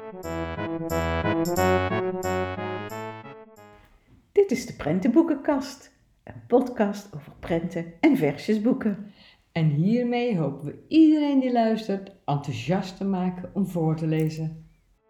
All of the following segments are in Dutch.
Dit is de Prentenboekenkast, een podcast over prenten en versjesboeken. En hiermee hopen we iedereen die luistert enthousiast te maken om voor te lezen.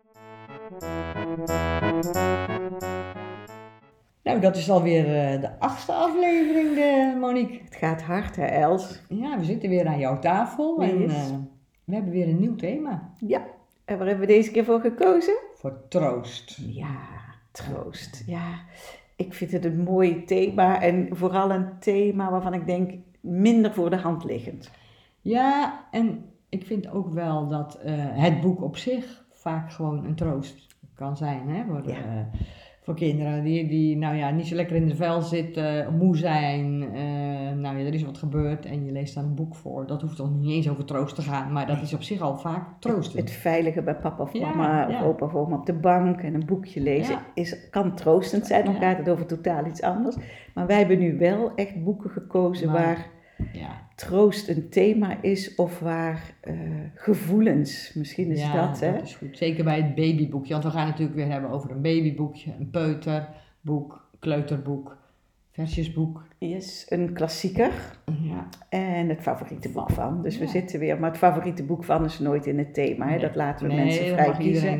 Nou, dat is alweer de 8e aflevering, Monique. Het gaat hard, hè, Els? Ja, we zitten weer aan jouw tafel en we hebben weer een nieuw thema. Ja, en waar hebben we deze keer voor gekozen? Voor troost. Ja, troost. Ja, ik vind het een mooi thema en vooral een thema waarvan ik denk minder voor de hand liggend. Ja, en ik vind ook wel dat het boek op zich vaak gewoon een troost kan zijn, hè? Voor kinderen die nou ja, niet zo lekker in de vel zitten, moe zijn, nou ja, er is wat gebeurd en je leest dan een boek voor. Dat hoeft dan niet eens over troost te gaan, maar dat is op zich al vaak troostend. Het veilige bij papa of mama Ja. of opa of oma op de bank en een boekje lezen kan troostend zijn. Dan gaat het over totaal iets anders. Maar wij hebben nu wel echt boeken gekozen waar troost een thema is of waar gevoelens, misschien is dat. Hè? Dat is goed. Zeker bij het babyboekje, want we gaan natuurlijk weer hebben over een babyboekje, een peuterboek, kleuterboek, versjesboek. Yes, een klassieker en het favoriete boek van. Dus we zitten weer, maar het favoriete boek van is nooit in het thema. Hè? Dat laten we mensen vrij kiezen.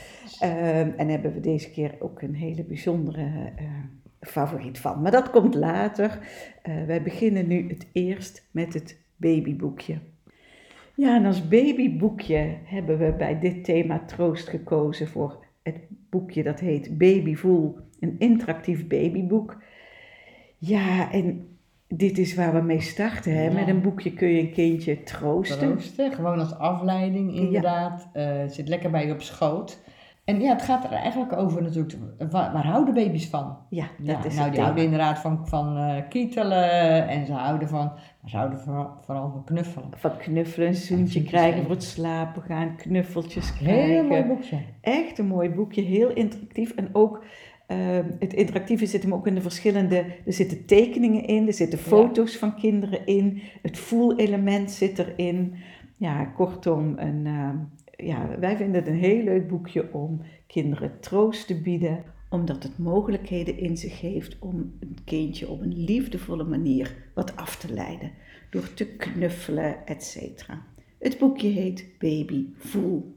En hebben we deze keer ook een hele bijzondere favoriet van. Maar dat komt later. Wij beginnen nu het eerst met het babyboekje. Ja, en als babyboekje hebben we bij dit thema troost gekozen voor het boekje dat heet Baby Voel, een interactief babyboek. Ja, en dit is waar we mee starten. Hè? Met een boekje kun je een kindje troosten. Gewoon als afleiding inderdaad. Het zit lekker bij je op schoot. En ja, het gaat er eigenlijk over natuurlijk, waar houden baby's van? Ja, dat is nou, het die houden inderdaad van kietelen en ze houden vooral van knuffelen. Van knuffelen, een zoentje krijgen voor het slapen gaan, knuffeltjes krijgen. Heel mooi boekje. Echt een mooi boekje, heel interactief. En ook het interactieve zit hem ook in de verschillende, er zitten tekeningen in, er zitten foto's van kinderen in, het voelelement zit erin. Ja, kortom, wij vinden het een heel leuk boekje om kinderen troost te bieden, omdat het mogelijkheden in zich heeft om een kindje op een liefdevolle manier wat af te leiden, door te knuffelen, etc. Het boekje heet Baby Voel.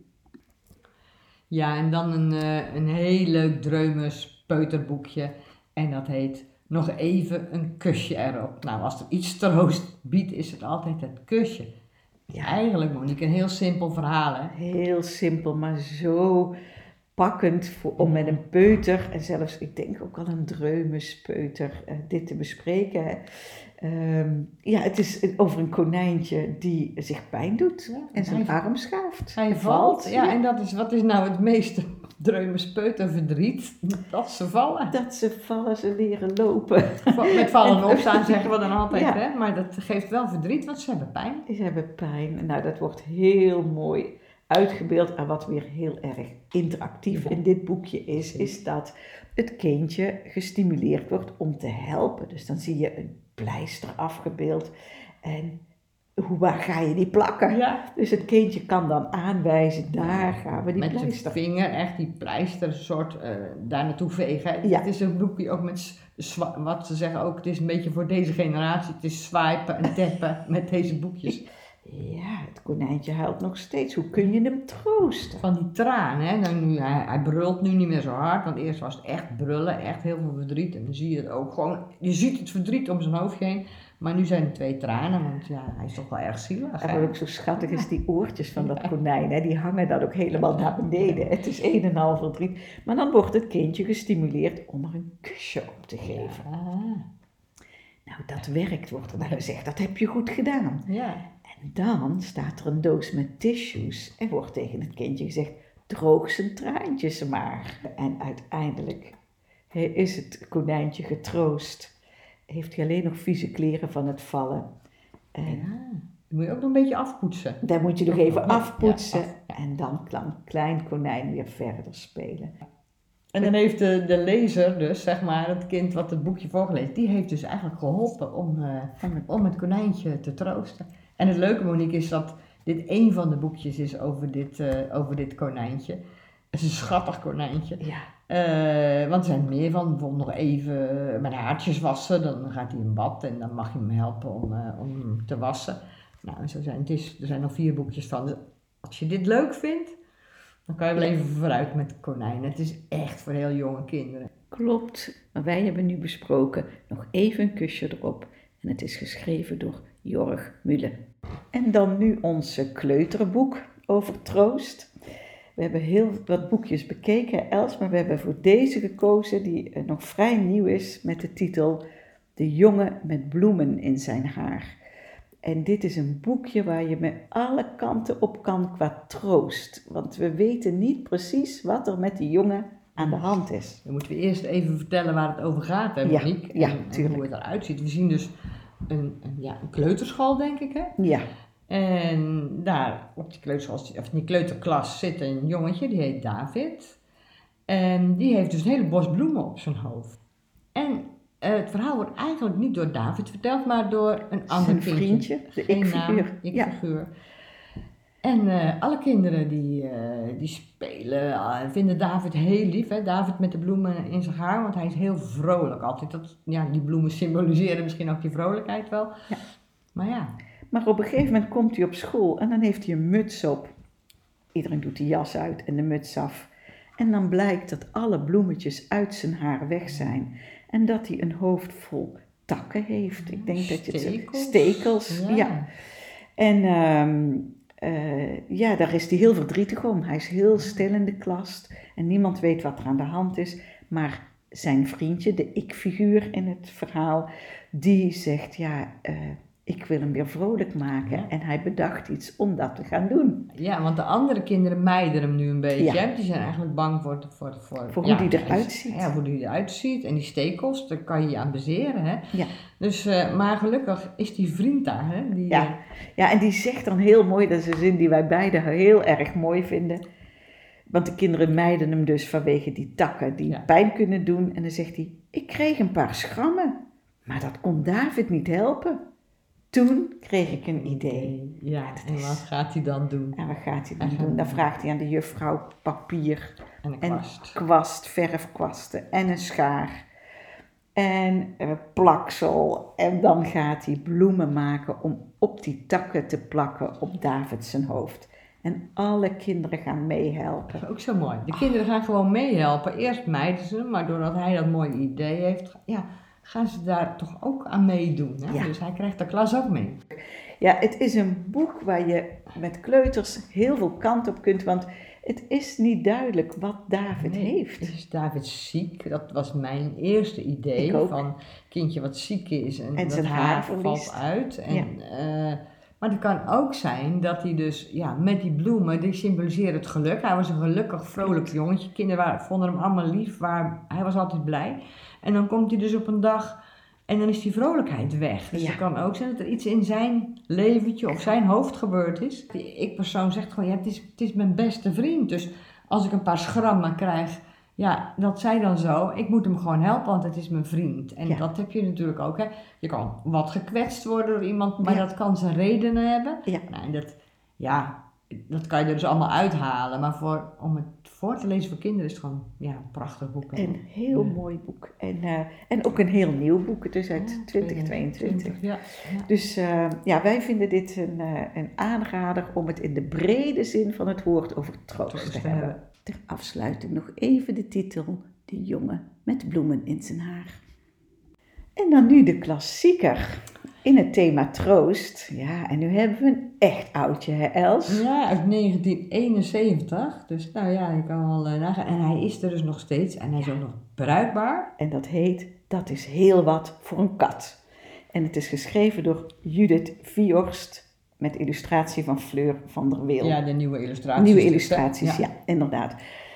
Ja, en dan een heel leuk dreumes peuterboekje en dat heet Nog even een kusje erop. Nou, als er iets troost biedt, is het altijd het kusje. Ja, eigenlijk Monique, een heel simpel verhaal, hè? Heel simpel, maar zo pakkend om met een peuter, en zelfs ik denk ook al een dreumespeuter, dit te bespreken. Het is over een konijntje die zich pijn doet en zijn arm schaaft. Hij valt. Ja, en wat is nou het meeste dreumespeuter verdriet? Dat ze vallen. Dat ze vallen, ze leren lopen. Met vallen en opstaan zeggen we dan altijd, hè? Maar dat geeft wel verdriet, want ze hebben pijn. Ze hebben pijn. Nou, dat wordt heel mooi uitgebeeld. En wat weer heel erg interactief in dit boekje is dat het kindje gestimuleerd wordt om te helpen. Dus dan zie je een pleister afgebeeld en waar ga je die plakken? Ja. Dus het kindje kan dan aanwijzen, daar gaan we die met pleister. Met zijn vinger echt die pleister soort daar naartoe vegen. Ja. Het is een boekje ook met, wat ze zeggen ook, het is een beetje voor deze generatie. Het is swipen en tappen met deze boekjes. Ja, het konijntje huilt nog steeds. Hoe kun je hem troosten? Van die traan, hè. Hij brult nu niet meer zo hard, want eerst was het echt brullen, echt heel veel verdriet. En dan zie je het ook gewoon, je ziet het verdriet om zijn hoofdje heen. Maar nu zijn er 2 tranen, want ja, hij is toch wel erg zielig. En wat ook zo schattig is, die oortjes van dat konijn, hè, die hangen dan ook helemaal naar beneden. Het is 1,5 verdriet. Maar dan wordt het kindje gestimuleerd om er een kusje op te geven. Ja. Nou, dat werkt, wordt er dan gezegd. Dat heb je goed gedaan. Ja. En dan staat er een doos met tissues en wordt tegen het kindje gezegd, droog zijn traantjes maar. En uiteindelijk is het konijntje getroost. Heeft hij alleen nog vieze kleren van het vallen. En die moet je ook nog een beetje afpoetsen. Daar moet je nog even afpoetsen. En dan kan een klein konijn weer verder spelen. En dan heeft de lezer dus, zeg maar, het kind wat het boekje voorgelezen, die heeft dus eigenlijk geholpen om het konijntje te troosten. En het leuke, Monique, is dat dit één van de boekjes is over dit konijntje. Het is een schattig konijntje. Ja. Want er zijn meer van. Bijvoorbeeld nog even met haartjes wassen. Dan gaat hij in bad en dan mag je hem helpen om hem te wassen. Nou, zo zijn, er zijn nog 4 boekjes van. Dus als je dit leuk vindt, dan kan je wel even vooruit met konijnen. Het is echt voor heel jonge kinderen. Klopt, maar wij hebben nu besproken nog even een kusje erop. En het is geschreven door Jorg Müller. En dan nu ons kleuterboek over troost. We hebben heel wat boekjes bekeken, Els, maar we hebben voor deze gekozen die nog vrij nieuw is met de titel De jongen met bloemen in zijn haar. En dit is een boekje waar je met alle kanten op kan qua troost. Want we weten niet precies wat er met die jongen aan de hand is. Dan moeten we eerst even vertellen waar het over gaat, hè, Monique? En hoe het eruit ziet. We zien dus een kleuterschool, denk ik, hè? Ja. En daar op die kleuterschool, of die kleuterklas, zit een jongetje, die heet David. En die heeft dus een hele bos bloemen op zijn hoofd. En het verhaal wordt eigenlijk niet door David verteld, maar door een ander vriendje, de ik-figuur. Ik-figuur. En alle kinderen die spelen, vinden David heel lief. Hè? David met de bloemen in zijn haar, want hij is heel vrolijk altijd. Die bloemen symboliseren misschien ook die vrolijkheid wel. Ja. Maar ja. Maar op een gegeven moment komt hij op school en dan heeft hij een muts op. Iedereen doet de jas uit en de muts af. En dan blijkt dat alle bloemetjes uit zijn haar weg zijn. En dat hij een hoofd vol takken heeft. Ik denk dat je het zegt. Stekels. Ja. En daar is hij heel verdrietig om. Hij is heel stil in de klas. En niemand weet wat er aan de hand is. Maar zijn vriendje, de ik-figuur in het verhaal, die zegt ik wil hem weer vrolijk maken. Ja. En hij bedacht iets om dat te gaan doen. Ja, want de andere kinderen mijden hem nu een beetje. Ja. Die zijn eigenlijk bang voor hoe die eruit ziet. Ja, hoe die eruit ziet. En die stekels, daar kan je je aan bezeren. Hè? Ja. Dus, maar gelukkig is die vriend daar. Hè? Ja, en die zegt dan heel mooi, dat is een zin die wij beiden heel erg mooi vinden. Want de kinderen mijden hem dus vanwege die takken die pijn kunnen doen. En dan zegt hij, ik kreeg een paar schrammen. Maar dat kon David niet helpen. Toen kreeg ik een idee. Ja, en wat gaat hij dan doen? Dan vraagt hij aan de juffrouw papier en een kwast, verfkwasten en een schaar en plaksel. En dan gaat hij bloemen maken om op die takken te plakken op David zijn hoofd. En alle kinderen gaan meehelpen. Dat is ook zo mooi. De kinderen gaan gewoon meehelpen. Eerst mijden ze, maar doordat hij dat mooie idee heeft, gaan ze daar toch ook aan meedoen. Hè? Ja. Dus hij krijgt de klas ook mee. Ja, het is een boek waar je met kleuters heel veel kant op kunt, want het is niet duidelijk wat David heeft. Is David ziek? Dat was mijn eerste idee van kindje wat ziek is en zijn haar valt uit. Maar het kan ook zijn dat hij dus, met die bloemen, die symboliseren het geluk. Hij was een gelukkig, vrolijk jongetje. Kinderen vonden hem allemaal lief, hij was altijd blij. En dan komt hij dus op een dag en dan is die vrolijkheid weg. Dus het kan ook zijn dat er iets in zijn leventje of zijn hoofd gebeurd is. Die ik-persoon zegt gewoon, het is mijn beste vriend. Dus als ik een paar schrammen krijg, dat zij dan zo. Ik moet hem gewoon helpen, want het is mijn vriend. En dat heb je natuurlijk ook. Hè. Je kan wat gekwetst worden door iemand, maar dat kan zijn redenen hebben. Ja. Nou, dat kan je er dus allemaal uithalen. Maar om het voor te lezen voor kinderen is het gewoon een prachtig boek. Een heel mooi boek. En ook een heel nieuw boek. Het is uit 2022. Dus wij vinden dit een aanrader om het in de brede zin van het woord over troost te hebben. Ter afsluiting nog even de titel, De jongen met bloemen in zijn haar. En dan nu de klassieker in het thema troost. Ja, en nu hebben we een echt oudje, hè Els? Ja, uit 1971. Dus je kan wel nagaan. En hij is er dus nog steeds en hij is ook nog bruikbaar. En dat heet Dat is heel wat voor een kat. En het is geschreven door Judith Viorst met illustratie van Fleur van der Weel. Ja, de nieuwe illustraties. Nieuwe illustraties, ja inderdaad.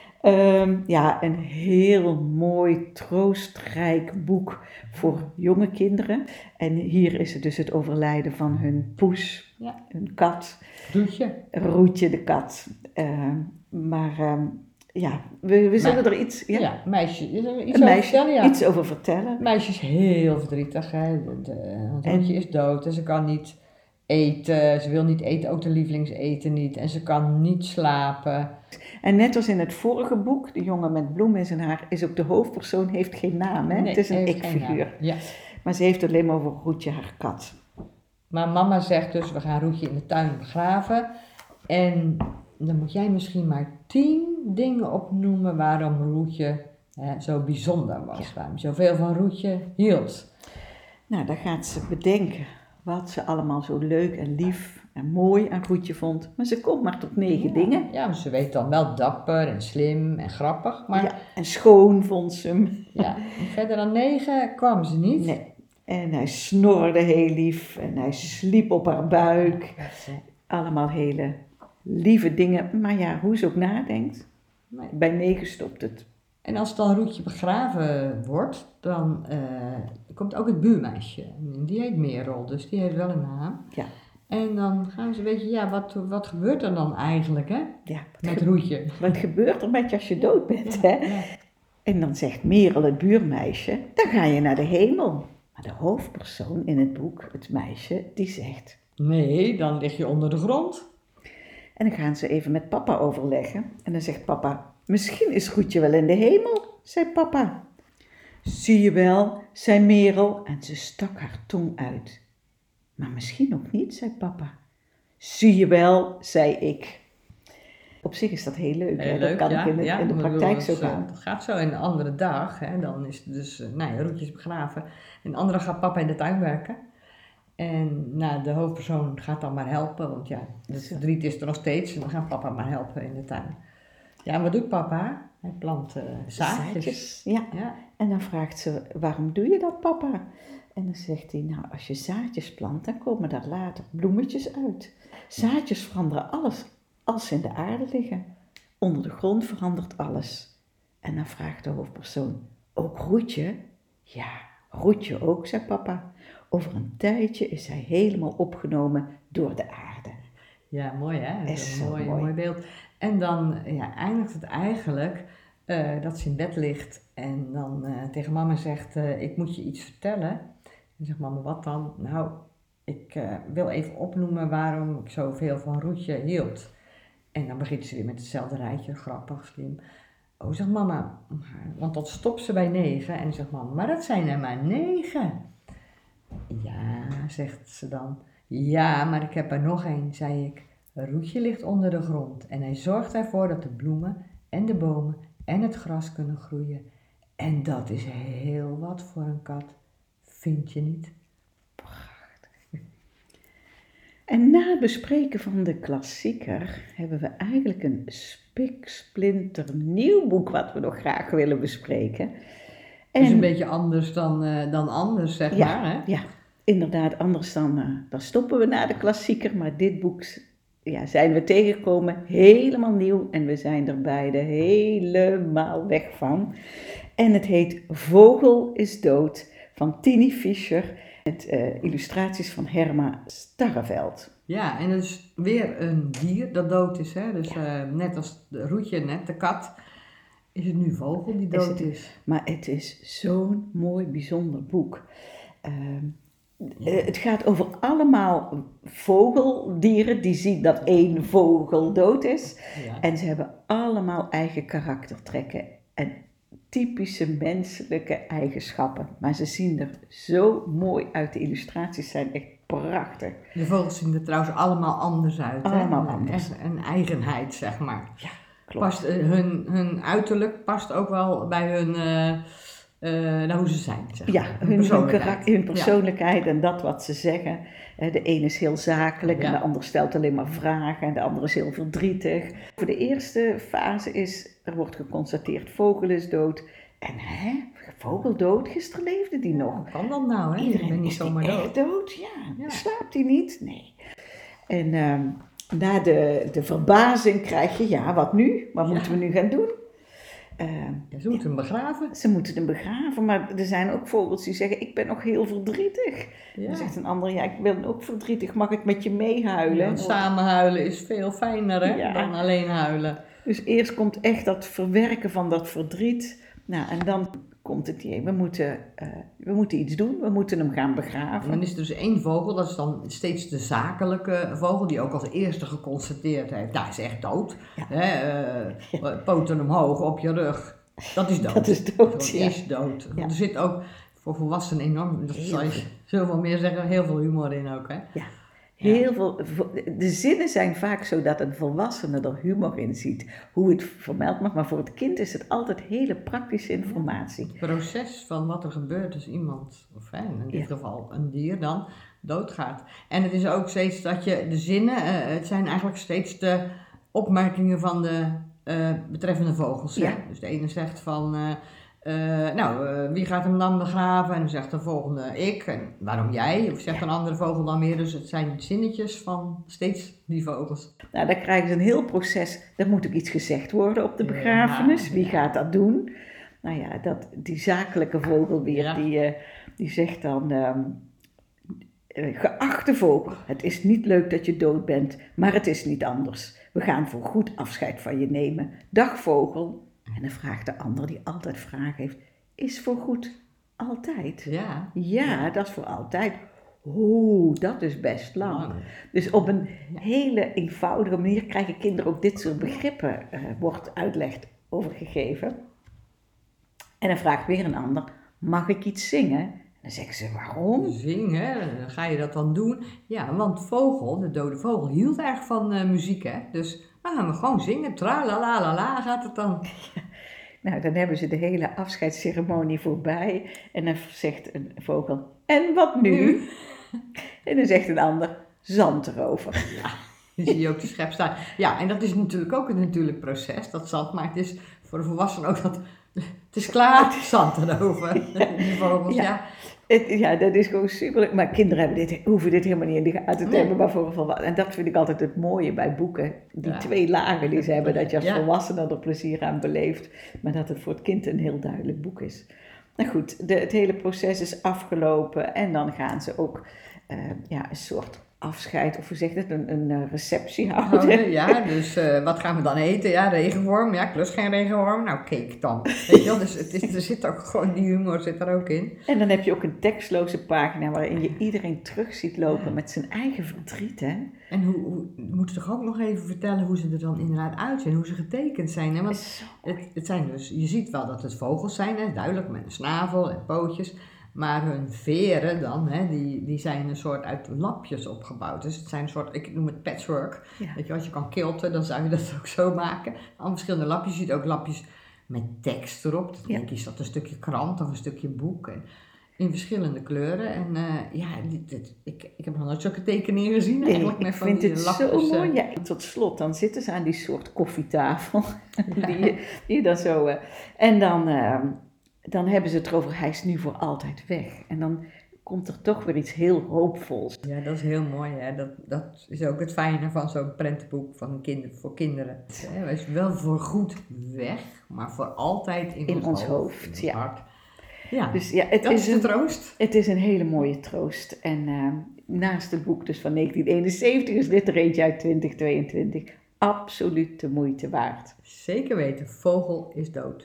Een heel mooi, troostrijk boek voor jonge kinderen. En hier is het dus het overlijden van hun poes, hun kat. Roetje de kat. We zullen er iets... iets over vertellen. Meisje is heel verdrietig, hè. Want Roetje is dood en ze kan niet eten. Ze wil niet eten, ook de lievelingseten niet. En ze kan niet slapen. En net als in het vorige boek, De jongen met bloem in zijn haar, is ook de hoofdpersoon heeft geen naam. Hè? Nee, het is een ik-figuur. Ja. Maar ze heeft het alleen maar over Roetje, haar kat. Maar mama zegt dus, we gaan Roetje in de tuin begraven. En dan moet jij misschien maar 10 dingen opnoemen waarom Roetje zo bijzonder was. Ja. Waarom zoveel van Roetje hield. Nou, dan gaat ze bedenken wat ze allemaal zo leuk en lief en mooi aan Roetje vond. Maar ze komt maar tot 9 dingen. Ja, maar ze weet dan wel dapper en slim en grappig. Maar... Ja, en schoon vond ze hem. Ja, en verder dan 9 kwam ze niet. Nee. En hij snorde heel lief en hij sliep op haar buik. Allemaal hele lieve dingen. Maar ja, hoe ze ook nadenkt, bij 9 stopt het. En als dan Roetje begraven wordt, dan komt ook het buurmeisje. En die heet Merel, dus die heeft wel een naam. Ja. En dan gaan ze, weet je, ja, wat gebeurt er dan eigenlijk, hè? Ja, met Roetje. Wat gebeurt er met je als je dood bent, hè? Ja. En dan zegt Merel, het buurmeisje, dan ga je naar de hemel. Maar de hoofdpersoon in het boek, het meisje, die zegt... Nee, dan lig je onder de grond. En dan gaan ze even met papa overleggen. En dan zegt papa, misschien is Roetje wel in de hemel, zei papa. Zie je wel, zei Merel en ze stak haar tong uit. Maar misschien ook niet, zei papa. Zie je wel, zei ik. Op zich is dat heel leuk. Heel hè? leuk, dat kan ik in de praktijk zo gaan. Het gaat zo een andere dag. Hè? Dan is het dus, Roetje is begraven. En de andere gaat papa in de tuin werken. En de hoofdpersoon gaat dan maar helpen. Want ja, het verdriet is er nog steeds. En dan gaat papa maar helpen in de tuin. Ja, en wat doet papa? Hij plant zaadjes. Ja. En dan vraagt ze, waarom doe je dat, papa? En dan zegt hij, nou, als je zaadjes plant, dan komen daar later bloemetjes uit. Zaadjes veranderen alles als ze in de aarde liggen. Onder de grond verandert alles. En dan vraagt de hoofdpersoon, ook Roetje? Ja, Roetje ook, zei papa. Over een tijdje is hij helemaal opgenomen door de aarde. Ja, mooi hè? Dat is een mooi beeld. En dan eindigt het eigenlijk dat ze in bed ligt en dan tegen mama zegt, ik moet je iets vertellen. En zegt mama, wat dan? Nou, ik wil even opnoemen waarom ik zoveel van Roetje hield. En dan begint ze weer met hetzelfde rijtje, grappig, slim. Oh, zegt mama, want dan stopt ze bij 9 en zegt mama, maar dat zijn er maar 9. Ja, zegt ze dan. Ja, maar ik heb er nog één, zei ik. Roetje ligt onder de grond en hij zorgt ervoor dat de bloemen en de bomen en het gras kunnen groeien. En dat is heel wat voor een kat, vind je niet? Prachtig. En na het bespreken van de klassieker hebben we eigenlijk een spiksplinternieuw boek wat we nog graag willen bespreken. Het is een beetje anders dan anders, zeg maar. Hè? Ja, inderdaad, anders dan stoppen we na de klassieker. Maar dit boek zijn we tegengekomen, helemaal nieuw. En we zijn er beide helemaal weg van. En het heet Vogel is dood van Tini Fischer. Met illustraties van Herma Starreveld. Ja, en het is weer een dier dat dood is. Hè? Dus net als de Roetje, net de kat, is het nu Vogel die dood is. Maar het is zo'n mooi, bijzonder boek. Het gaat over allemaal vogeldieren die zien dat één vogel dood is. Ja. En ze hebben allemaal eigen karaktertrekken en typische menselijke eigenschappen. Maar ze zien er zo mooi uit. De illustraties zijn echt prachtig. De vogels zien er trouwens allemaal anders uit. Allemaal anders. Een eigenheid, zeg maar. Ja, klopt. Hun uiterlijk past ook wel bij hun... hoe ze zijn, zeg maar. Ja, hun persoonlijkheid en dat wat ze zeggen. De ene is heel zakelijk en de ander stelt alleen maar vragen en de andere is heel verdrietig. Voor de eerste fase er wordt geconstateerd, vogel is dood. En vogel dood? Gisteren leefde die nog. Hoe kan dat nou, hè? Iedereen niet zomaar dood. Dood? Ja. Slaapt hij niet? Nee. En na de verbazing krijg je, wat nu? Wat moeten we nu gaan doen? Ze moeten hem begraven. Ze moeten hem begraven, maar er zijn ook vogels die zeggen, ik ben nog heel verdrietig. Ja. Dan zegt een ander, ik ben ook verdrietig, mag ik met je meehuilen? Ja, samen huilen is veel fijner dan alleen huilen. Dus eerst komt echt dat verwerken van dat verdriet. Nou, en dan komt het idee, we moeten iets doen, we moeten hem gaan begraven. Dan is er dus één vogel, dat is dan steeds de zakelijke vogel, die ook als eerste geconstateerd heeft, hij is echt dood. Ja. Poten omhoog op je rug, dat is dood. Dat is dood, dat is dood. Ja. Er zit ook voor volwassenen enorm, dat zal je zoveel meer zeggen, heel veel humor in ook. Hè? Ja. Heel veel, de zinnen zijn vaak zo dat een volwassene er humor in ziet, hoe het vermeld mag, maar voor het kind is het altijd hele praktische informatie. Het proces van wat er gebeurt als iemand, of in dit geval een dier dan, doodgaat. En het is ook steeds dat je de zinnen, het zijn eigenlijk steeds de opmerkingen van de betreffende vogels. Ja. Dus de ene zegt van... wie gaat hem dan begraven? En dan zegt de volgende ik. En waarom jij? Of zegt een andere vogel dan weer. Dus het zijn zinnetjes van steeds die vogels. Nou, dan krijgen ze een heel proces. Er moet ook iets gezegd worden op de begrafenis. Wie gaat dat doen? Nou ja, die zakelijke vogel weer, die zegt dan... geachte vogel, het is niet leuk dat je dood bent, maar het is niet anders. We gaan voor goed afscheid van je nemen. Dag vogel. En dan vraagt de ander die altijd vragen heeft, is voor goed altijd? Ja, dat is voor altijd. Dat is best lang. Dus op een hele eenvoudige manier krijgen kinderen ook dit soort begrippen, wordt uitleg over gegeven. En dan vraagt weer een ander, mag ik iets zingen? En dan zeggen ze, waarom? Zingen? Ga je dat dan doen? Ja, want de dode vogel, hield erg van muziek, hè? Dus dan gaan we gewoon zingen, tra-la-la-la-la gaat het dan. Nou, dan hebben ze de hele afscheidsceremonie voorbij en dan zegt een vogel, en wat nu? En dan zegt een ander, zand erover. Ja, dan zie je ook de schep staan. Ja, en dat is natuurlijk ook een natuurlijk proces, dat zand, maar het is voor de volwassenen ook dat, het is klaar, zand erover. Die vogels, Ja, dat is gewoon super. Maar kinderen hoeven dit helemaal niet in de gaten te hebben. Maar en dat vind ik altijd het mooie bij boeken. Die 2 lagen die ze hebben. Dat je als volwassene er plezier aan beleeft. Maar dat het voor het kind een heel duidelijk boek is. Nou goed, het hele proces is afgelopen. En dan gaan ze ook een soort afscheid. Of hoe zeg je het? Een receptie houden. Ja, dus wat gaan we dan eten? Ja, regenworm. Ja, ik lust geen regenworm. Nou, cake dan. Weet je wel? Dus er zit ook gewoon, die humor zit er ook in. En dan heb je ook een tekstloze pagina waarin je iedereen terug ziet lopen met zijn eigen verdriet, hè? En hoe moeten we toch ook nog even vertellen hoe ze er dan inderdaad uitzien, hoe ze getekend zijn, hè? Want het zijn dus, je ziet wel dat het vogels zijn, hè? Duidelijk met een snavel en pootjes. Maar hun veren dan, hè, die zijn een soort uit lapjes opgebouwd. Dus het zijn een soort, ik noem het patchwork. Ja. Weet je, als je kan kilten, dan zou je dat ook zo maken. Al verschillende lapjes. Je ziet ook lapjes met tekst erop. Dan denk je, is dat een stukje krant of een stukje boek. En in verschillende kleuren. En ik heb nog nooit zulke tekeningen gezien eigenlijk. Ik vind het lapjes, zo mooi. Ja, tot slot, dan zitten ze aan die soort koffietafel. die dan zo... en dan hebben ze het erover, hij is nu voor altijd weg. En dan komt er toch weer iets heel hoopvols. Ja, dat is heel mooi. Hè? Dat is ook het fijne van zo'n prentenboek voor kinderen. Hij is wel voor goed weg, maar voor altijd in ons hoofd. In hart. Ja. Dus dat is de troost. Het is een hele mooie troost. En naast het boek dus van 1971 is dit er eentje uit 2022. Absoluut de moeite waard. Zeker weten, vogel is dood.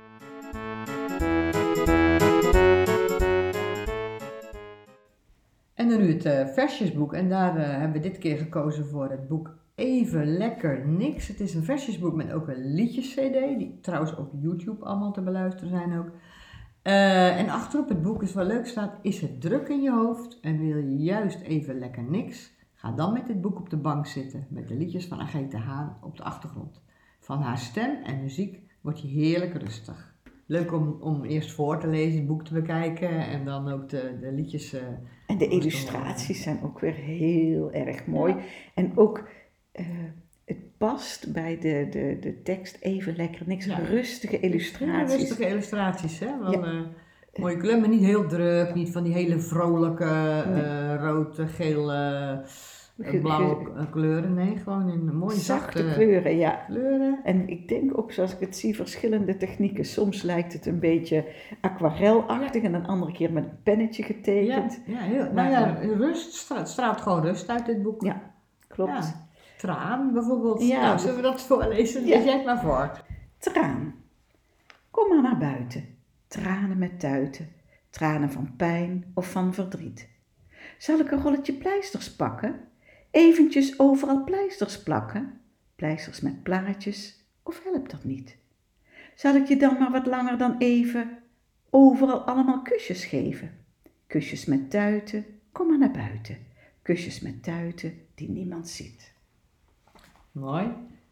En dan nu het versjesboek. En daar hebben we dit keer gekozen voor het boek Even Lekker Niks. Het is een versjesboek met ook een liedjes-cd, die trouwens op YouTube allemaal te beluisteren zijn ook. En achterop het boek is wel leuk staat, is het druk in je hoofd en wil je juist even lekker niks? Ga dan met dit boek op de bank zitten met de liedjes van Agatha Haan op de achtergrond. Van haar stem en muziek word je heerlijk rustig. Leuk om eerst voor te lezen, het boek te bekijken en dan ook de liedjes... en de illustraties zijn ook weer heel erg mooi. Ja. En ook, het past bij de tekst even lekker niks. Ja. Rustige illustraties. Rustige illustraties, hè? Wel, mooie kleuren, maar niet heel druk. Niet van die hele vrolijke, rood, geel, blauwe kleuren. Nee, gewoon in mooie zachte kleuren, ja. Kleuren. En ik denk ook, zoals ik het zie, verschillende technieken. Soms lijkt het een beetje aquarelachtig en een andere keer met een pennetje getekend. Ja, rust, het straalt gewoon rust uit dit boek. Ja, klopt. Ja. Traan bijvoorbeeld. Ja, nou, zullen we dat voorlezen? Lees jij het maar voor. Traan. Kom maar naar buiten. tranen met tuiten, tranen van pijn of van verdriet. Zal ik een rolletje pleisters pakken? Eventjes overal pleisters plakken? Pleisters met plaatjes, of helpt dat niet? Zal ik je dan maar wat langer dan even overal allemaal kusjes geven? Kusjes met tuiten, kom maar naar buiten. Kusjes met tuiten die niemand ziet. Mooi.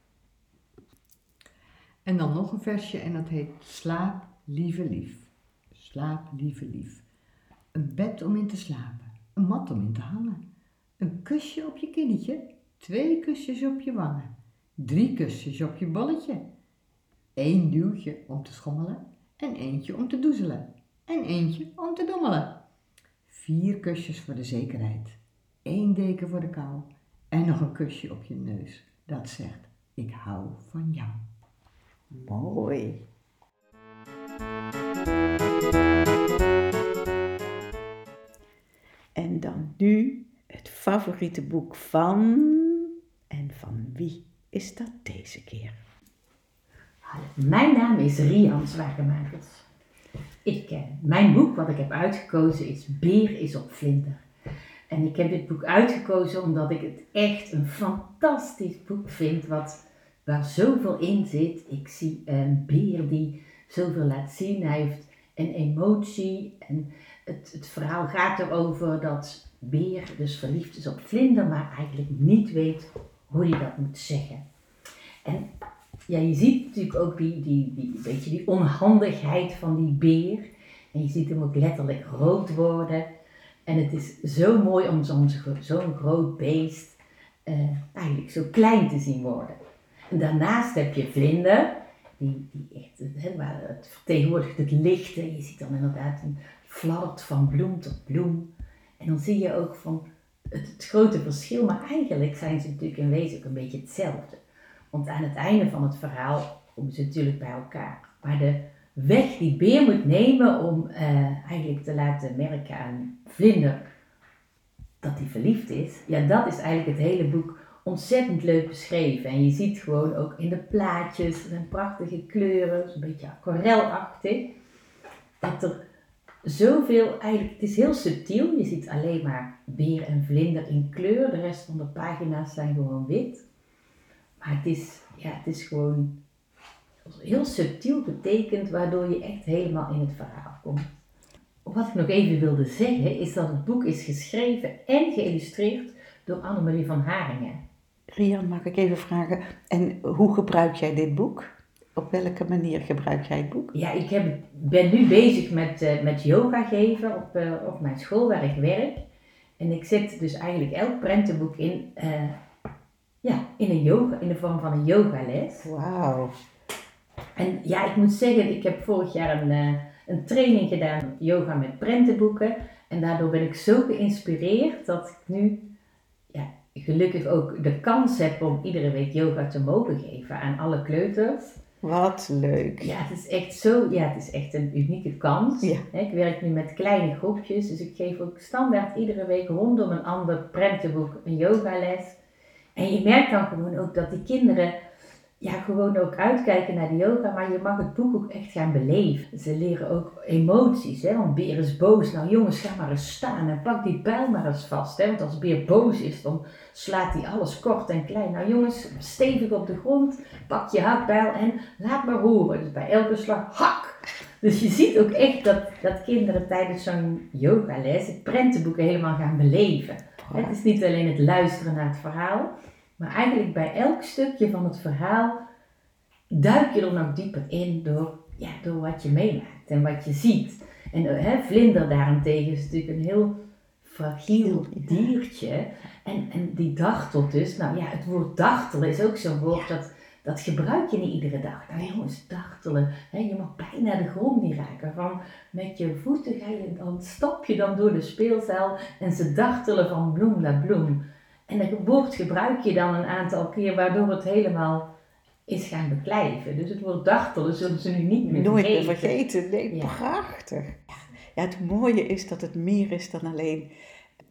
En dan nog een versje en dat heet Slaap, lieve lief. Slaap, lieve lief. Een bed om in te slapen, een mat om in te hangen. Een kusje op je kinnetje, 2 kusjes op je wangen. 3 kusjes op je bolletje. 1 duwtje om te schommelen en eentje om te doezelen. En eentje om te dommelen. 4 kusjes voor de zekerheid. 1 deken voor de kou. En nog een kusje op je neus. Dat zegt, ik hou van jou. Mooi. En dan nu het favoriete boek van... En van wie is dat deze keer? Mijn naam is Rian Zwagemakers. Mijn boek wat ik heb uitgekozen is Beer is op vlinder. En ik heb dit boek uitgekozen omdat ik het echt een fantastisch boek vind waar zoveel in zit. Ik zie een beer die zoveel laat zien. Hij heeft een emotie en het verhaal gaat erover dat beer dus verliefd is op vlinder, maar eigenlijk niet weet hoe hij dat moet zeggen. En ja, je ziet natuurlijk ook die onhandigheid van die beer. En je ziet hem ook letterlijk rood worden. En het is zo mooi om zo'n groot beest eigenlijk zo klein te zien worden. En daarnaast heb je vlinder, die echt, waar het vertegenwoordigt het licht. En je ziet dan inderdaad een fladdert van bloem tot bloem. En dan zie je ook van het grote verschil, maar eigenlijk zijn ze natuurlijk in wezen ook een beetje hetzelfde. Want aan het einde van het verhaal komen ze natuurlijk bij elkaar. Maar de weg die beer moet nemen om eigenlijk te laten merken aan vlinder dat hij verliefd is, ja, dat is eigenlijk het hele boek ontzettend leuk beschreven. En je ziet gewoon ook in de plaatjes, er zijn prachtige kleuren, een beetje aquarelachtig, dat er zoveel, eigenlijk, het is heel subtiel, je ziet alleen maar beer en vlinder in kleur, de rest van de pagina's zijn gewoon wit. Maar het is gewoon heel subtiel betekend, waardoor je echt helemaal in het verhaal komt. Wat ik nog even wilde zeggen, is dat het boek is geschreven en geïllustreerd door Annemarie van Haringen. Rian, mag ik even vragen, en hoe gebruik jij dit boek? Op welke manier gebruik jij het boek? Ja, ben nu bezig met yoga geven op mijn school waar ik werk. En ik zet dus eigenlijk elk prentenboek in de vorm van een yogales. Wauw. En ja, ik moet zeggen, ik heb vorig jaar een training gedaan, yoga met prentenboeken. En daardoor ben ik zo geïnspireerd dat ik nu gelukkig ook de kans heb om iedere week yoga te mogen geven aan alle kleuters. Wat leuk. Ja, het is echt een unieke kans. Ja. Ik werk nu met kleine groepjes, dus ik geef ook standaard iedere week rondom een ander prentenboek een yogales. En je merkt dan gewoon ook dat die kinderen gewoon ook uitkijken naar de yoga, maar je mag het boek ook echt gaan beleven. Ze leren ook emoties, want beer is boos. Nou jongens, ga maar eens staan en pak die pijl maar eens vast. Want als beer boos is, dan slaat hij alles kort en klein. Nou jongens, stevig op de grond, pak je hakbijl en laat maar horen. Dus bij elke slag, hak! Dus je ziet ook echt dat kinderen tijdens zo'n yogales het prentenboek helemaal gaan beleven. Het is niet alleen het luisteren naar het verhaal, maar eigenlijk bij elk stukje van het verhaal duik je er nog dieper in door wat je meemaakt en wat je ziet. En vlinder daarentegen is natuurlijk een heel fragiel diertje. En die dartelt dus. Nou ja, het woord dartelen is ook zo'n woord dat gebruik je niet iedere dag. Nou jongens, dartelen. Je mag bijna de grond niet raken. Met je voeten stap je dan door de speelzaal en ze dartelen van bloem naar bloem. En dat woord gebruik je dan een aantal keer, waardoor het helemaal is gaan beklijven. Dus het woord dartelen zullen ze nu niet meer nooit meer vergeten. Nee, prachtig. Ja, het mooie is dat het meer is dan alleen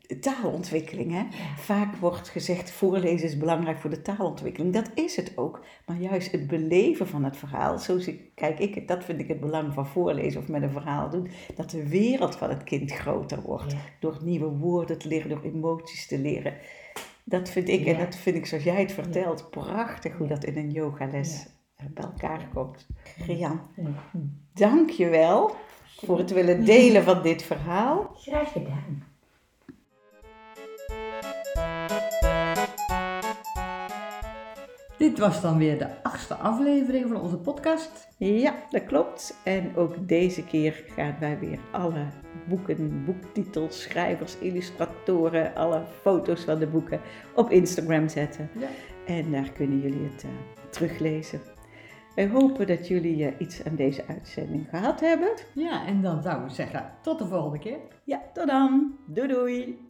taalontwikkeling. Hè? Ja. Vaak wordt gezegd, voorlezen is belangrijk voor de taalontwikkeling. Dat is het ook. Maar juist het beleven van het verhaal, zo kijk ik het, dat vind ik het belang van voorlezen of met een verhaal doen. Dat de wereld van het kind groter wordt. Ja. Door nieuwe woorden te leren, door emoties te leren. Dat vind ik, en dat vind ik zoals jij het vertelt, prachtig hoe dat in een yogales bij elkaar komt. Rian, dank je wel voor het willen delen van dit verhaal. Graag gedaan. Dit was dan weer de 8e aflevering van onze podcast. Ja, dat klopt. En ook deze keer gaan wij weer alle boeken, boektitels, schrijvers, illustratoren, alle foto's van de boeken op Instagram zetten. Ja. En daar kunnen jullie het teruglezen. Wij hopen dat jullie iets aan deze uitzending gehad hebben. Ja, en dan zouden we zeggen tot de volgende keer. Ja, tot dan. Doei doei.